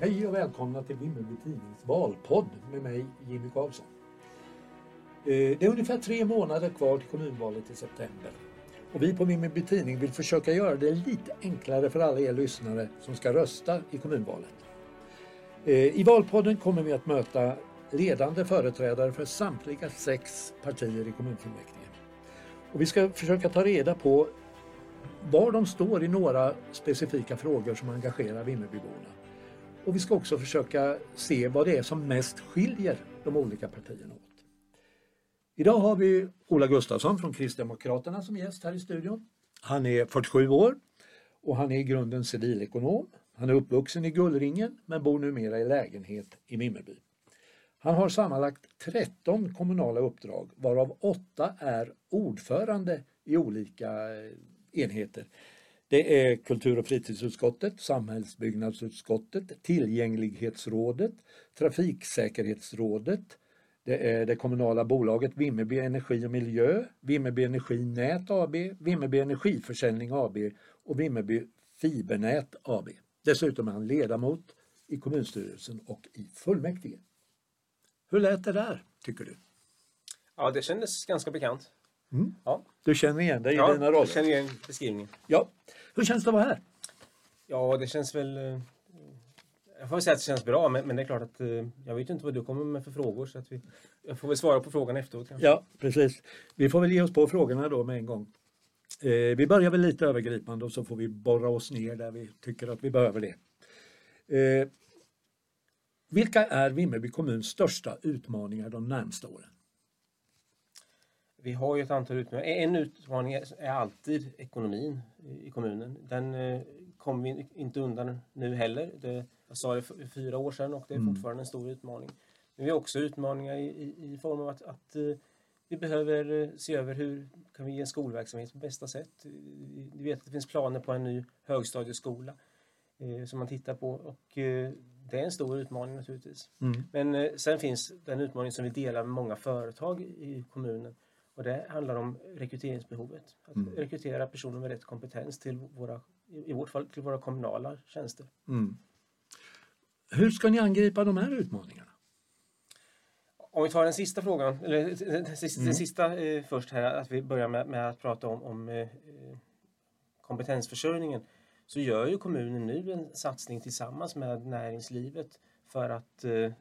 Hej och välkomna till Vimmerby Tidnings valpodd med mig Jimmy Karlsson. Det är ungefär 3 månader kvar till kommunvalet i september. Och vi på Vimmerby Tidning vill försöka göra det lite enklare för alla er lyssnare som ska rösta i kommunvalet. I valpodden kommer vi att möta ledande företrädare för samtliga 6 partier i kommunfullmäktige. Och vi ska försöka ta reda på var de står i några specifika frågor som engagerar Vimmerbyborna. Och vi ska också försöka se vad det är som mest skiljer de olika partierna åt. Idag har vi Ola Gustafsson från Kristdemokraterna som gäst här i studion. Han är 47 år och han är i grunden civilekonom. Han är uppvuxen i Gullringen men bor numera i lägenhet i Vimmerby. Han har sammanlagt 13 kommunala uppdrag varav 8 är ordförande i olika enheter. Det är kultur- och fritidsutskottet, samhällsbyggnadsutskottet, tillgänglighetsrådet, trafiksäkerhetsrådet, det är det kommunala bolaget Vimmerby Energi och Miljö, Vimmerby Energinät AB, Vimmerby Energiförsäljning AB och Vimmerby Fibernät AB. Dessutom är han ledamot i kommunstyrelsen och i fullmäktige. Hur lät det där, tycker du? Ja, det kändes ganska bekant. Mm. Ja. Du känner igen dig i dina roller? Ja, jag känner igen beskrivningen. Ja. Hur känns det att vara här? Ja, det känns väl... Jag får väl säga att det känns bra, men det är klart att jag vet inte vad du kommer med för frågor. Så att jag får väl svara på frågan efteråt kanske. Ja, precis. Vi får väl ge oss på frågorna då med en gång. Vi börjar väl lite övergripande och så får vi borra oss ner där vi tycker att vi behöver det. Vilka är Vimmerby kommuns största utmaningar de närmaste åren? Vi har ju ett antal utmaningar. En utmaning är alltid ekonomin i kommunen. Den kommer vi inte undan nu heller. Jag sa det för 4 år sedan och det är fortfarande en stor utmaning. Men vi har också utmaningar i form av att vi behöver se över hur kan vi ge en skolverksamhet på bästa sätt. Vi vet att det finns planer på en ny högstadieskola som man tittar på och det är en stor utmaning naturligtvis. Men sen finns den utmaning som vi delar med många företag i kommunen. Och det handlar om rekryteringsbehovet. Att rekrytera personer med rätt kompetens till i vårt fall till våra kommunala tjänster. Hur ska ni angripa de här utmaningarna? Om vi tar den sista frågan, eller den sista först här, att vi börjar med att prata om kompetensförsörjningen. Så gör ju kommunen nu en satsning tillsammans med näringslivet för att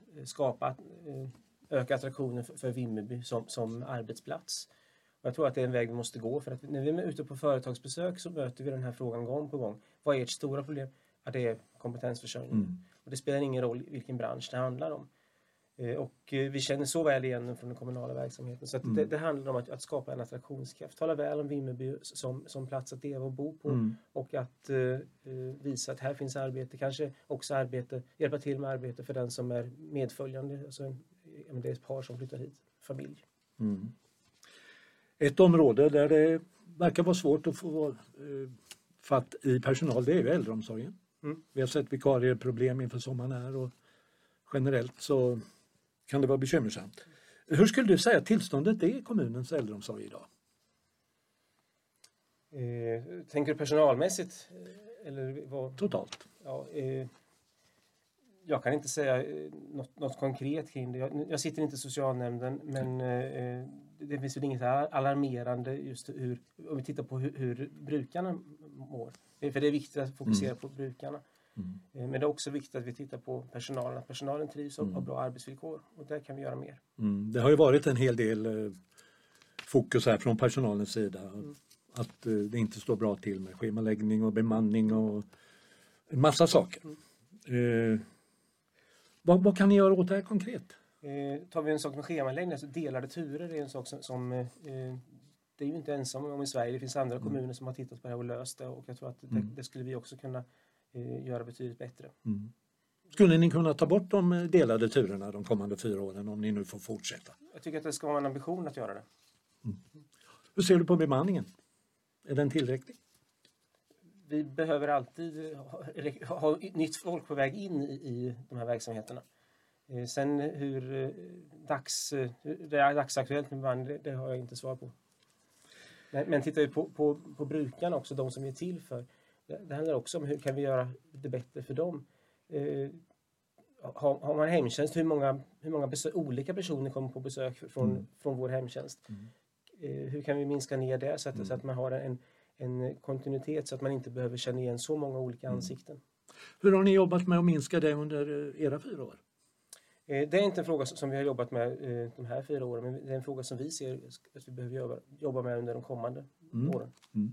öka attraktionen för Vimmerby som arbetsplats. Och jag tror att det är en väg vi måste gå. För att när vi är ute på företagsbesök så möter vi den här frågan gång på gång. Vad är ert stora problem? Ja, det är kompetensförsörjning. Och det spelar ingen roll vilken bransch det handlar om. Och vi känner så väl igen den från den kommunala verksamheten. Så att det handlar om att skapa en attraktionskraft. Tala väl om Vimmerby som plats att leva och bo på. Och att visa att här finns arbete. Kanske också hjälpa till med arbete för den som är medföljande. Alltså det är ett par som flyttar hit. Familj. Ett område där det verkar vara svårt att få fatt i personal, det är ju äldreomsorgen. Vi har sett vikarieproblem inför sommaren här och generellt så kan det vara bekymmersamt. Hur skulle du säga att tillståndet är i kommunens äldreomsorg idag? Tänker du personalmässigt? Eller vad? Totalt. Ja, jag kan inte säga något konkret kring det. Jag sitter inte i socialnämnden, men det finns väl inget alarmerande just om vi tittar på hur brukarna mår. För det är viktigt att fokusera på brukarna. Men det är också viktigt att vi tittar på personalen. Att personalen trivs och har bra arbetsvillkor. Och där kan vi göra mer. Det har ju varit en hel del fokus här från personalens sida. Att det inte står bra till med schemaläggning och bemanning och en massa saker. Vad kan ni göra åt det här konkret? Tar vi en sak med schemaläggning, alltså delade turer är en sak som det är ju inte ensam om i Sverige. Det finns andra kommuner som har tittat på det här och löst det och jag tror att det skulle vi också kunna göra betydligt bättre. Skulle ni kunna ta bort de delade turerna de kommande 4 åren om ni nu får fortsätta? Jag tycker att det ska vara en ambition att göra det. Hur ser du på bemanningen? Är den tillräcklig? Vi behöver alltid ha nytt folk på väg in i de här verksamheterna. Sen hur det är dagsaktuellt med bemanning, det har jag inte svar på. Men tittar vi på brukarna också, de som vi är till för. Det handlar också om hur kan vi göra det bättre för dem. har man hemtjänst, hur många olika personer kommer på besök från vår hemtjänst? Hur kan vi minska ner det så att man har en kontinuitet så att man inte behöver känna igen så många olika ansikten. Hur har ni jobbat med att minska det under era 4 år? Det är inte en fråga som vi har jobbat med de här 4 åren, men det är en fråga som vi ser att vi behöver jobba med under de kommande åren.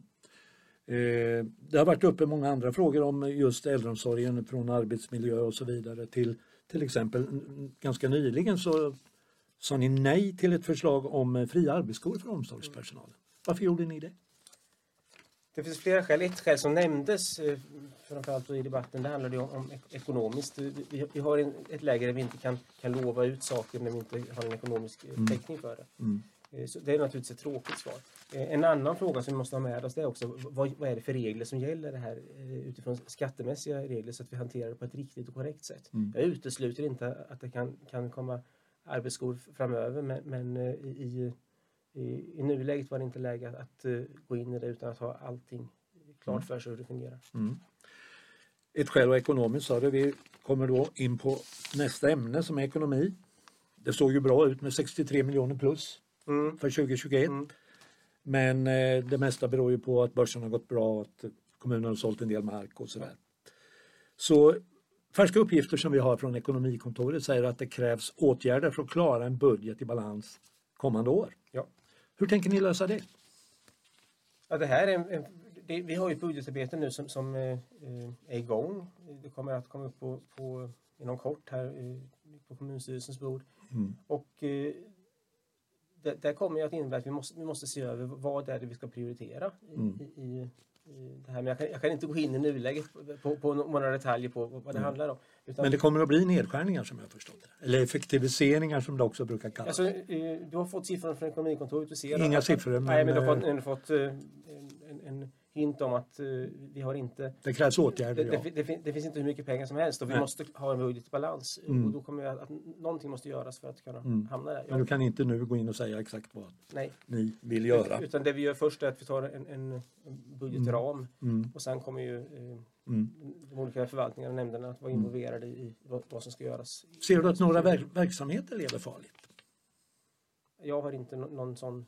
Det har varit uppe många andra frågor om just äldreomsorgen, från arbetsmiljö och så vidare till exempel ganska nyligen så sa ni nej till ett förslag om fria arbetsskor för omsorgspersonalen. Varför gjorde ni det? Det finns flera skäl. Ett skäl som nämndes framförallt i debatten, det handlade om ekonomiskt. Vi har ett läge där vi inte kan lova ut saker när vi inte har en ekonomisk täckning för det. Så det är naturligtvis ett tråkigt svar. En annan fråga som vi måste ha med oss, det är också vad är det för regler som gäller det här utifrån skattemässiga regler så att vi hanterar det på ett riktigt och korrekt sätt. Jag utesluter inte att det kan komma arbetsskor framöver, men i nuläget var det inte läge att gå in i det utan att ha allting klart för sig hur det fungerar. Ett skäl och ekonomiskt sa det. Vi kommer då in på nästa ämne som är ekonomi. Det såg ju bra ut med 63 miljoner plus för 2021. Men det mesta beror ju på att börsen har gått bra, att kommunen har sålt en del mark och sådär. Så färska uppgifter som vi har från ekonomikontoret säger att det krävs åtgärder för att klara en budget i balans kommande år. Ja. Hur tänker ni lösa det? Ja, det här är vi har ju ett budgetarbete nu som är igång. Det kommer att komma upp på inom kort här på kommunstyrelsens bord. Och det kommer ju att innebära att vi måste se över vad det är vi ska prioritera i det här. Men jag kan inte gå in i nuläget på några detaljer på vad det handlar om. Men det kommer att bli nedskärningar som jag har förstått det. Eller effektiviseringar som det också brukar kallas. Alltså, du har fått siffror från ekonomikontoret. Du ser inga siffror. Nej, men du har fått en hint om att vi har inte... Det krävs åtgärder, det finns inte hur mycket pengar som helst och vi måste ha en budgetbalans. Och då kommer att någonting måste göras för att kunna hamna där. Men du kan inte nu gå in och säga exakt vad Nej. ni vill göra. Utan det vi gör först är att vi tar en budgetram och sen kommer ju de olika förvaltningarna och nämnderna att vara involverade i vad som ska göras. Ser du att några verksamheter lever farligt? Jag har inte någon sån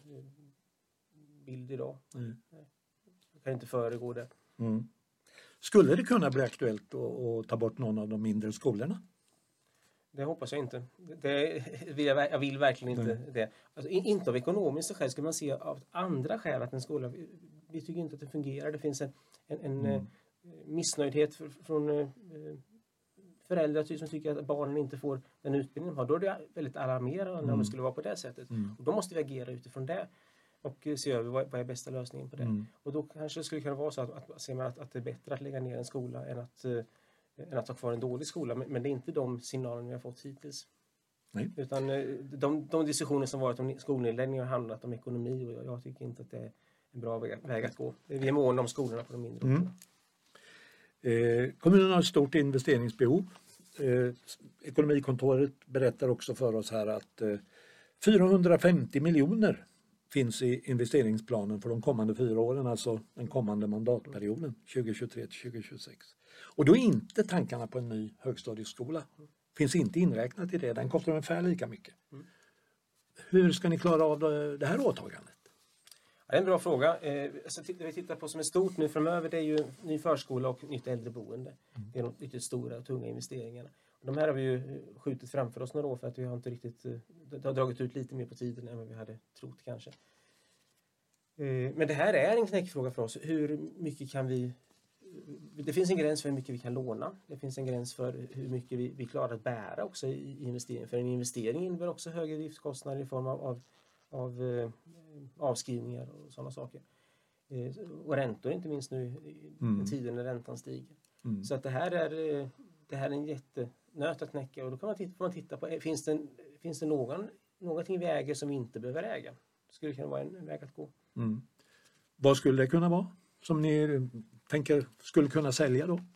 bild idag. Jag kan inte föregå det. Skulle det kunna bli aktuellt att ta bort någon av de mindre skolorna? Det hoppas jag inte. Jag vill verkligen inte det. Alltså, inte av ekonomiska skäl, skulle man se av andra skäl att en skola, vi tycker inte att det fungerar. Det finns en missnöjdhet från föräldrar som tycker att barnen inte får den utbildning de har. Då är det väldigt alarmerande om det skulle vara på det sättet. Och då måste vi agera utifrån det och se över vad är bästa lösningen på det. Och då kanske det skulle kunna vara så att ser man att det är bättre att lägga ner en skola än att ha kvar en dålig skola. Men det är inte de signalerna vi har fått hittills. Nej. Utan de diskussioner som varit om skolnedläggning har handlat om ekonomi och jag tycker inte att det är en bra väg att gå. Vi är måna om skolorna på de mindre orterna. Kommunen har ett stort investeringsbehov. Ekonomikontoret berättar också för oss här att 450 miljoner finns i investeringsplanen för de kommande 4 åren, alltså den kommande mandatperioden 2023 till 2026. Och då är inte tankarna på en ny högstadieskola. Finns inte inräknat i det. Den kostar ungefär lika mycket. Hur ska ni klara av det här åtagandet? Ja, det är en bra fråga. Så det vi tittar på som är stort nu framöver, det är ju ny förskola och nytt äldreboende. Det är de riktigt stora och tunga investeringarna. Och de här har vi ju skjutit framför oss några år för att vi har inte riktigt, det har dragit ut lite mer på tiden än vad vi hade trott kanske. Men det här är en knäckfråga för oss. Hur mycket kan vi... Det finns en gräns för hur mycket vi kan låna. Det finns en gräns för hur mycket vi klarar att bära också i investeringen. För en investering innebär också högre driftskostnader i form av avskrivningar och sådana saker. Och räntor inte minst nu i tiden när räntan stiger. Så att det här är en jättenöt att knäcka. Och då kan man titta på, finns det någonting vi äger som vi inte behöver äga? Det skulle kunna vara en väg att gå. Vad skulle det kunna vara som ni tänker skulle kunna sälja då?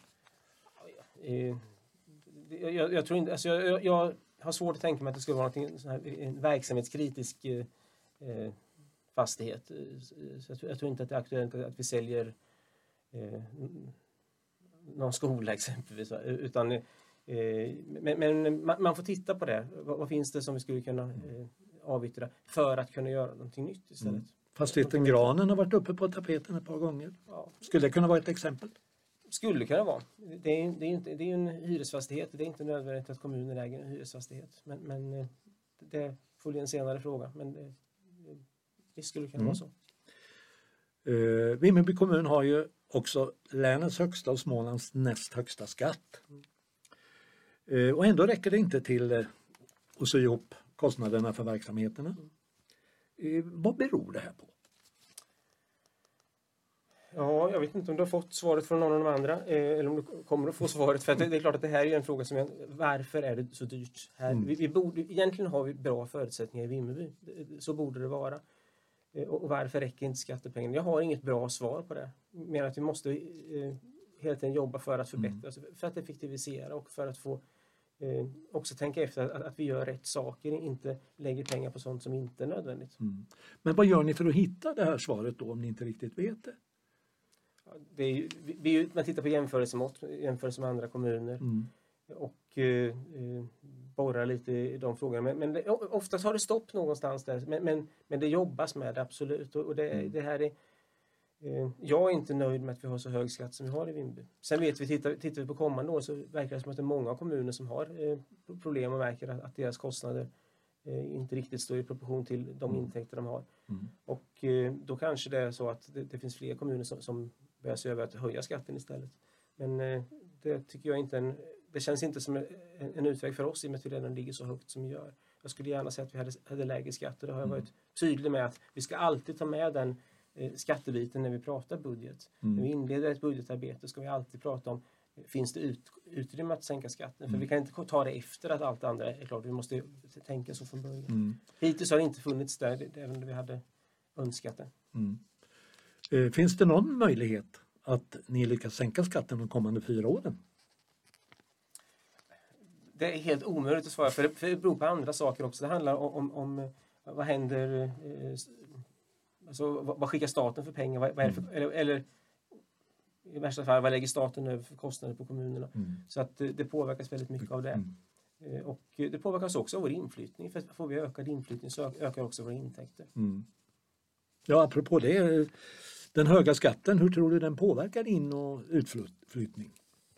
Jag tror inte, alltså jag har svårt att tänka mig att det skulle vara en verksamhetskritisk fastighet. Så jag tror inte att det är aktuellt att vi säljer någon skola exempelvis. Utan Men man får titta på det. Vad finns det som vi skulle kunna avyttra för att kunna göra någonting nytt istället? Fastigheten Granen har varit uppe på tapeten ett par gånger. Ja. Skulle det kunna vara ett exempel? Skulle kunna vara. Det är ju en hyresfastighet. Det är inte nödvändigt att kommunen äger en hyresfastighet. Men det får bli en senare fråga. Men det skulle kunna vara så. Vimmerby kommun har ju också länets högsta och Smålands näst högsta skatt. Och ändå räcker det inte till att sy ihop kostnaderna för verksamheterna. Vad beror det här på? Ja, jag vet inte om du har fått svaret från någon av de andra. Eller om du kommer att få svaret. För att det är klart att det här är en fråga som varför är det så dyrt här? Egentligen har vi bra förutsättningar i Vimmerby. Så borde det vara. Och varför räcker inte skattepengarna? Jag har inget bra svar på det. Men att vi måste hela tiden jobba för att förbättra. För att effektivisera och för att få också tänka efter att vi gör rätt saker. Inte lägger pengar på sånt som inte är nödvändigt. Men vad gör ni för att hitta det här svaret då om ni inte riktigt vet det? Det är man tittar på jämförelse med andra kommuner. Och borrar lite i de frågorna. Men oftast har det stopp någonstans där. Men det jobbas med det, absolut. Och det här är... jag är inte nöjd med att vi har så hög skatt som vi har i Vimmerby. Sen vet vi, tittar vi på kommande år så verkar det som att det är många kommuner som har problem och märker att deras kostnader inte riktigt står i proportion till de intäkter de har. Och då kanske det är så att det finns fler kommuner som börjar se över att höja skatten istället. Men det tycker jag inte det känns inte som en utväg för oss i och med att vi redan ligger så högt som vi gör. Jag skulle gärna säga att vi hade lägre skatter. Det har jag varit tydlig med att vi ska alltid ta med den skattebiten när vi pratar budget. När vi inleder ett budgetarbete ska vi alltid prata om finns det utrymme att sänka skatten. För vi kan inte ta det efter att allt andra är klart. Vi måste tänka så från början. Hittills har det inte funnits där även om vi hade önskat det. Finns det någon möjlighet att ni lyckas sänka skatten de kommande 4 åren? Det är helt omöjligt att svara för det beror på andra saker också. Det handlar om vad händer, alltså vad skickar staten för pengar? Vad är det för, eller i värsta fall, vad lägger staten över för kostnader på kommunerna? Så att det påverkas väldigt mycket av det. Och det påverkas också av vår inflyttning. För får vi ökad inflyttning så ökar också våra intäkter. Ja, apropå det, den höga skatten, hur tror du den påverkar in- och utflyttning?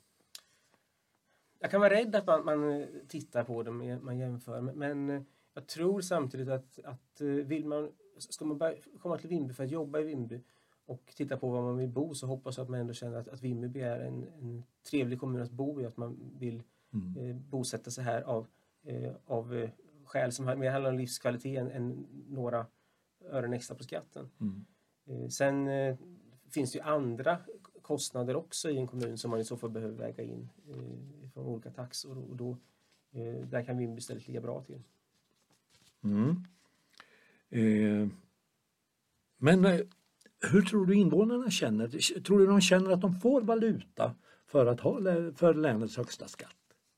Jag kan vara rädd att man tittar på det, man jämför. Men jag tror samtidigt att ska man komma till Vimmerby för att jobba i Vimmerby och titta på var man vill bo, så hoppas jag att man ändå känner att Vimmerby är en trevlig kommun att bo i. Att man vill bosätta sig här av skäl som mer handlar om livskvalitet än några ören extra på skatten. Sen finns det ju andra kostnader också i en kommun som man i så fall behöver väga in från olika taxor. Och då, där kan Vimmerby istället ligga bra till. Men hur tror du invånarna känner? Tror du de känner att de får valuta för länets högsta skatt?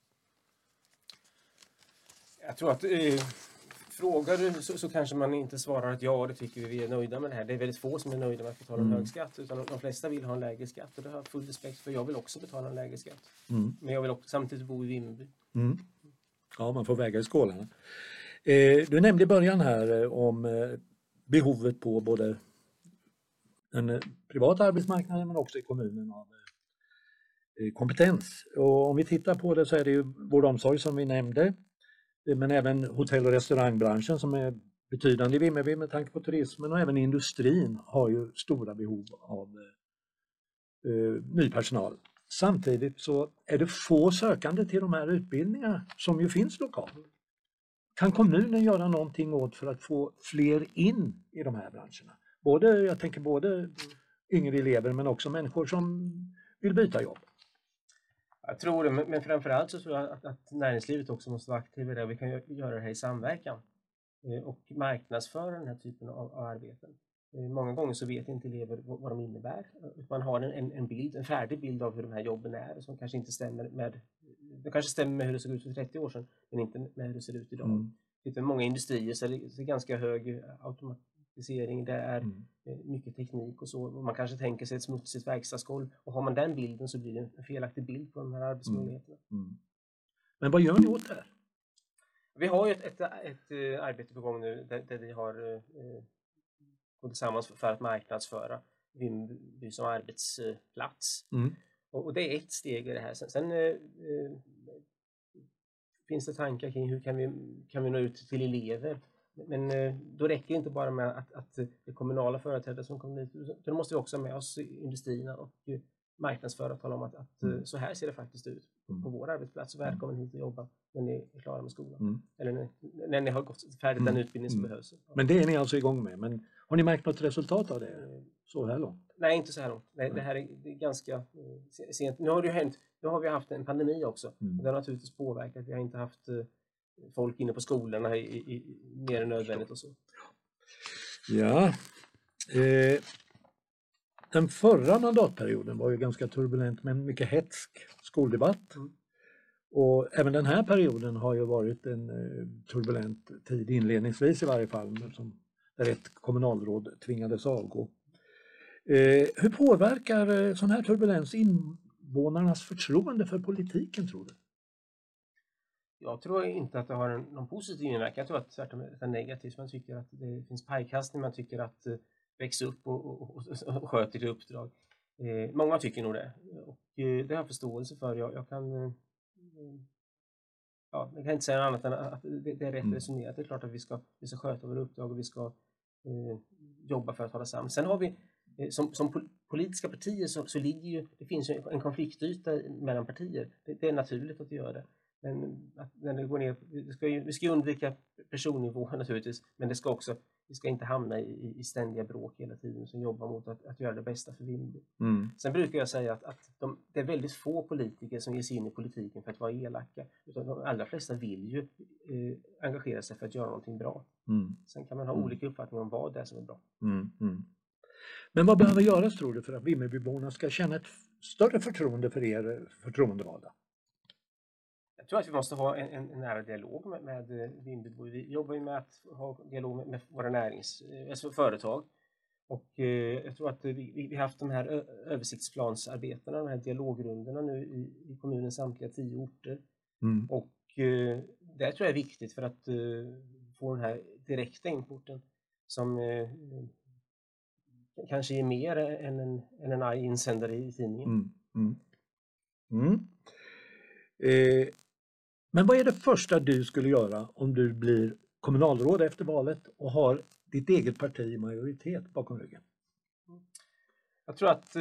Jag tror att frågar du så kanske man inte svarar att ja, det tycker vi är nöjda med det här. Det är väldigt få som är nöjda med att betala en hög skatt, utan de flesta vill ha en lägre skatt. Och det har jag full respekt för. Jag vill också betala en lägre skatt. Men jag vill också samtidigt bo i Vimmerby. Ja, man får väga i skålarna. Du nämnde i början här om behovet på både den privata arbetsmarknaden men också i kommunen av kompetens. Och om vi tittar på det så är det ju vård och omsorg som vi nämnde. Men även hotell- och restaurangbranschen som är betydande i Vimmerby med tanke på turismen, och även industrin har ju stora behov av ny personal. Samtidigt så är det få sökande till de här utbildningarna som ju finns lokalt. Kan kommunen göra någonting åt för att få fler in i de här branscherna? Jag tänker både yngre elever men också människor som vill byta jobb. Jag tror det, men framförallt så tror jag att näringslivet också måste vara aktivt i det. Vi kan göra det här i samverkan och marknadsföra den här typen av arbeten. Många gånger så vet inte elever vad de innebär. Man har en färdig bild av hur de här jobben är som kanske inte stämmer med, det kanske stämmer med hur det såg ut för 30 år sedan, men inte med hur det ser ut idag. Det är många industrier så det är ganska hög automatisering, det är mycket teknik och så. Och man kanske tänker sig ett smutsigt verkstadsgolv, och har man den bilden så blir det en felaktig bild på de här arbetsmöjligheterna. Men vad gör ni åt det här? Vi har ju ett arbete på gång nu där vi har gått tillsammans för att marknadsföra Vimmerby som arbetsplats. Och det är ett steg i det här. Sen finns det tankar kring hur kan vi nå ut till elever. Men då räcker det inte bara med att det kommunala företrädare som kommer dit. Då måste vi också ha med oss industrierna och marknadsföra och tala om att så här ser det faktiskt ut på vår arbetsplats. Välkommen hit och jobba när ni är klara med skolan. Eller när ni har gått färdigt den utbildning som behövs. Men det är ni alltså igång med. Men har ni märkt något resultat av det så här långt? Nej, inte så här långt. Nej, det här är ganska sent. Nu har vi haft en pandemi också. Och det har naturligtvis påverkat. Vi har inte haft folk inne på skolorna i mer än nödvändigt och så. Ja. Den förra mandatperioden var ju ganska turbulent med en mycket hätsk skoldebatt. Och även den här perioden har ju varit en turbulent tid, inledningsvis i varje fall, där ett kommunalråd tvingades avgå. Hur påverkar sån här turbulens invånarnas förtroende för politiken, tror du? Jag tror inte att det har någon positiv inverkan. Jag tror att tvärtom är negativt. Man tycker att det finns pajkastning, man tycker att växa upp och sköter det uppdrag. Många tycker nog det. Och det har jag förståelse för. Jag kan inte säga annat än att det är rätt resonerat. Det är klart att vi ska sköta våra uppdrag och vi ska jobba för att hålla samman. Sen har vi som politiska partier så ligger ju, det finns ju en konfliktyta mellan partier. Det är naturligt att göra det. Men när det går ner, vi ska ju undvika personnivå naturligtvis, men vi ska inte hamna i ständiga bråk hela tiden som jobbar mot att göra det bästa för Vimmerby. Sen brukar jag säga att det är väldigt få politiker som ger sig in i politiken för att vara elaka, utan de allra flesta vill ju engagera sig för att göra någonting bra. Sen kan man ha olika uppfattningar om vad det är som är bra. Men vad behöver göras, tror du, för att Vimmerbyborna ska känna ett större förtroende för er förtroendevalda? Jag tror att vi måste ha en nära dialog med Vimmerby. Vi jobbar ju med att ha dialog med våra företag. Och jag tror att vi har haft de här översiktsplansarbetena, de här dialogrunderna nu i kommunens samtliga 10 orter. Och det tror jag är viktigt för att få den här direkta inporten som kanske är mer än en arg insändare i tidningen. Men vad är det första du skulle göra om du blir kommunalråd efter valet och har ditt eget parti i majoritet bakom ryggen? Jag tror att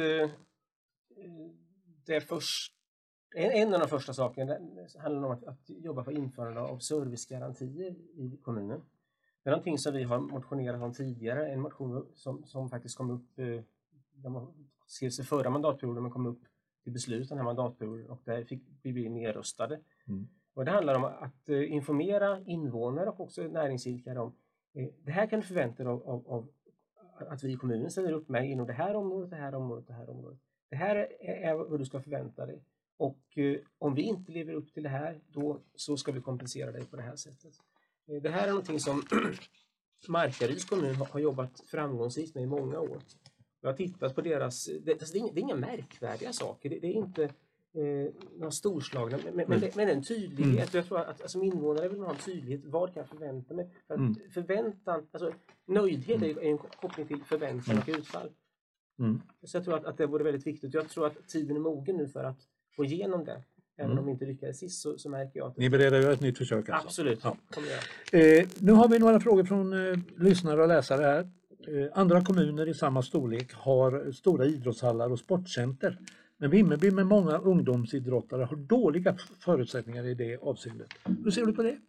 en av de första sakerna handlar om att jobba för införande av servicegarantier i kommunen. Det är någonting som vi har motionerat om tidigare, en motion som faktiskt kom upp, skrevs i förra mandatperioden men kom upp till beslut den här mandatperioden och där fick vi bli nedröstade. Och det handlar om att informera invånare och också näringsidkare om det här kan du förvänta dig av att vi i kommunen ställer upp med inom det här området, det här området, det här området. Det här är vad du ska förvänta dig. Och om vi inte lever upp till det här, då så ska vi kompensera dig på det här sättet. Det här är någonting som Markaryds kommun har jobbat framgångsrikt med i många år. Jag har tittat på deras, det är inga märkvärdiga saker, det är inte några storslagna, men en tydlighet. Jag tror att som invånare vill man ha en tydlighet, vad kan jag förvänta mig? För att förväntan, alltså nöjdhet är en koppling till förväntan och utfall. Så jag tror att det vore väldigt viktigt. Jag tror att tiden är mogen nu för att få igenom det. Även om vi inte lyckades sist så märker jag att... Ni är beredda att göra ett nytt försök alltså? Absolut, ja. Kommer nu har vi några frågor från lyssnare och läsare här. Andra kommuner i samma storlek har stora idrottshallar och sportcenter. Men Vimmerby med många ungdomsidrottare har dåliga förutsättningar i det avseendet. Hur ser du på det?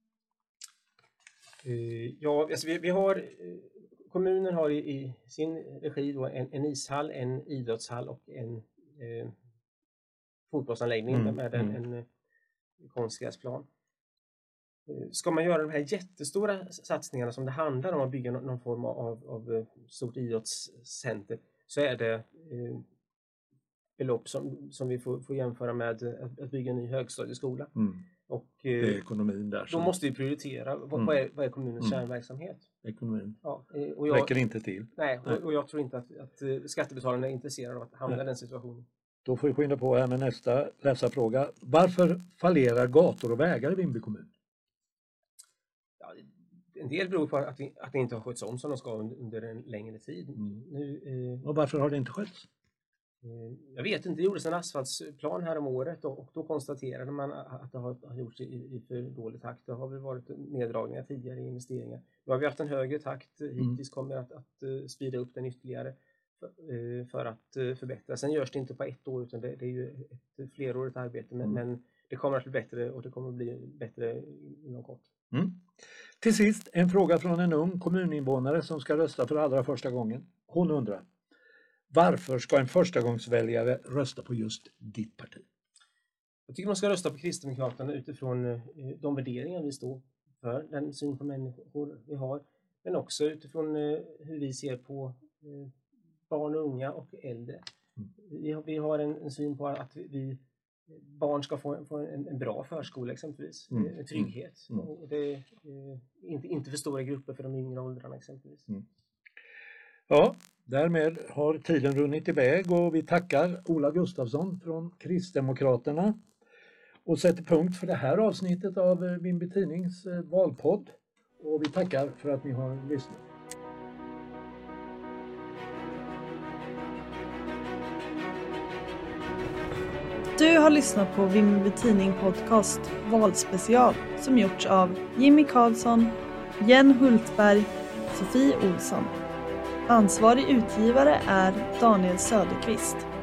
Ja, alltså vi har... Kommunen har i sin regi då en ishall, en idrottshall och en fotbollsanläggning med en konstgräsplan. Ska man göra de här jättestora satsningarna som det handlar om att bygga någon form av stort idrottscenter, så är det belopp som vi får jämföra med att bygga en ny högstadieskola. Och det är ekonomin där. Då måste vi prioritera. Vad är kommunens kärnverksamhet? Ekonomin. Ja, räcker inte till. Nej, och jag tror inte att skattebetalarna är intresserade av att hamna i den situationen. Då får vi skynda på här med nästa läsarfråga. Varför fallerar gator och vägar i Vimmerby kommun? Ja, en del beror på att det inte har skötts om som de ska under en längre tid. Och varför har det inte skötts? Jag vet inte, det gjordes en asfaltsplan här om året och då konstaterade man att det har gjorts i för dålig takt. Det har väl varit neddragningar tidigare i investeringar. Nu har vi haft en högre takt, hittills kommer att sprida upp den ytterligare för att förbättra. Sen görs det inte på ett år utan det är ju ett flerårigt arbete men det kommer att bli bättre och det kommer att bli bättre inom kort. Till sist en fråga från en ung kommuninvånare som ska rösta för allra första gången. Hon undrar: varför ska en förstagångsväljare rösta på just ditt parti? Jag tycker man ska rösta på Kristdemokraterna utifrån de värderingar vi står för, den syn på människor vi har, men också utifrån hur vi ser på barn och unga och äldre. Vi har en syn på att barn ska få en bra förskola exempelvis, trygghet. Och det är inte för stora grupper för de yngre åldrarna exempelvis. Ja, därmed har tiden runnit iväg och vi tackar Ola Gustafsson från Kristdemokraterna och sätter punkt för det här avsnittet av Vimmerby Tidnings valpodd. Och vi tackar för att ni har lyssnat. Du har lyssnat på Vimmerby Tidning podcast valspecial som gjorts av Jimmy Karlsson, Jen Hultberg, Sofie Olsson. Ansvarig utgivare är Daniel Söderqvist.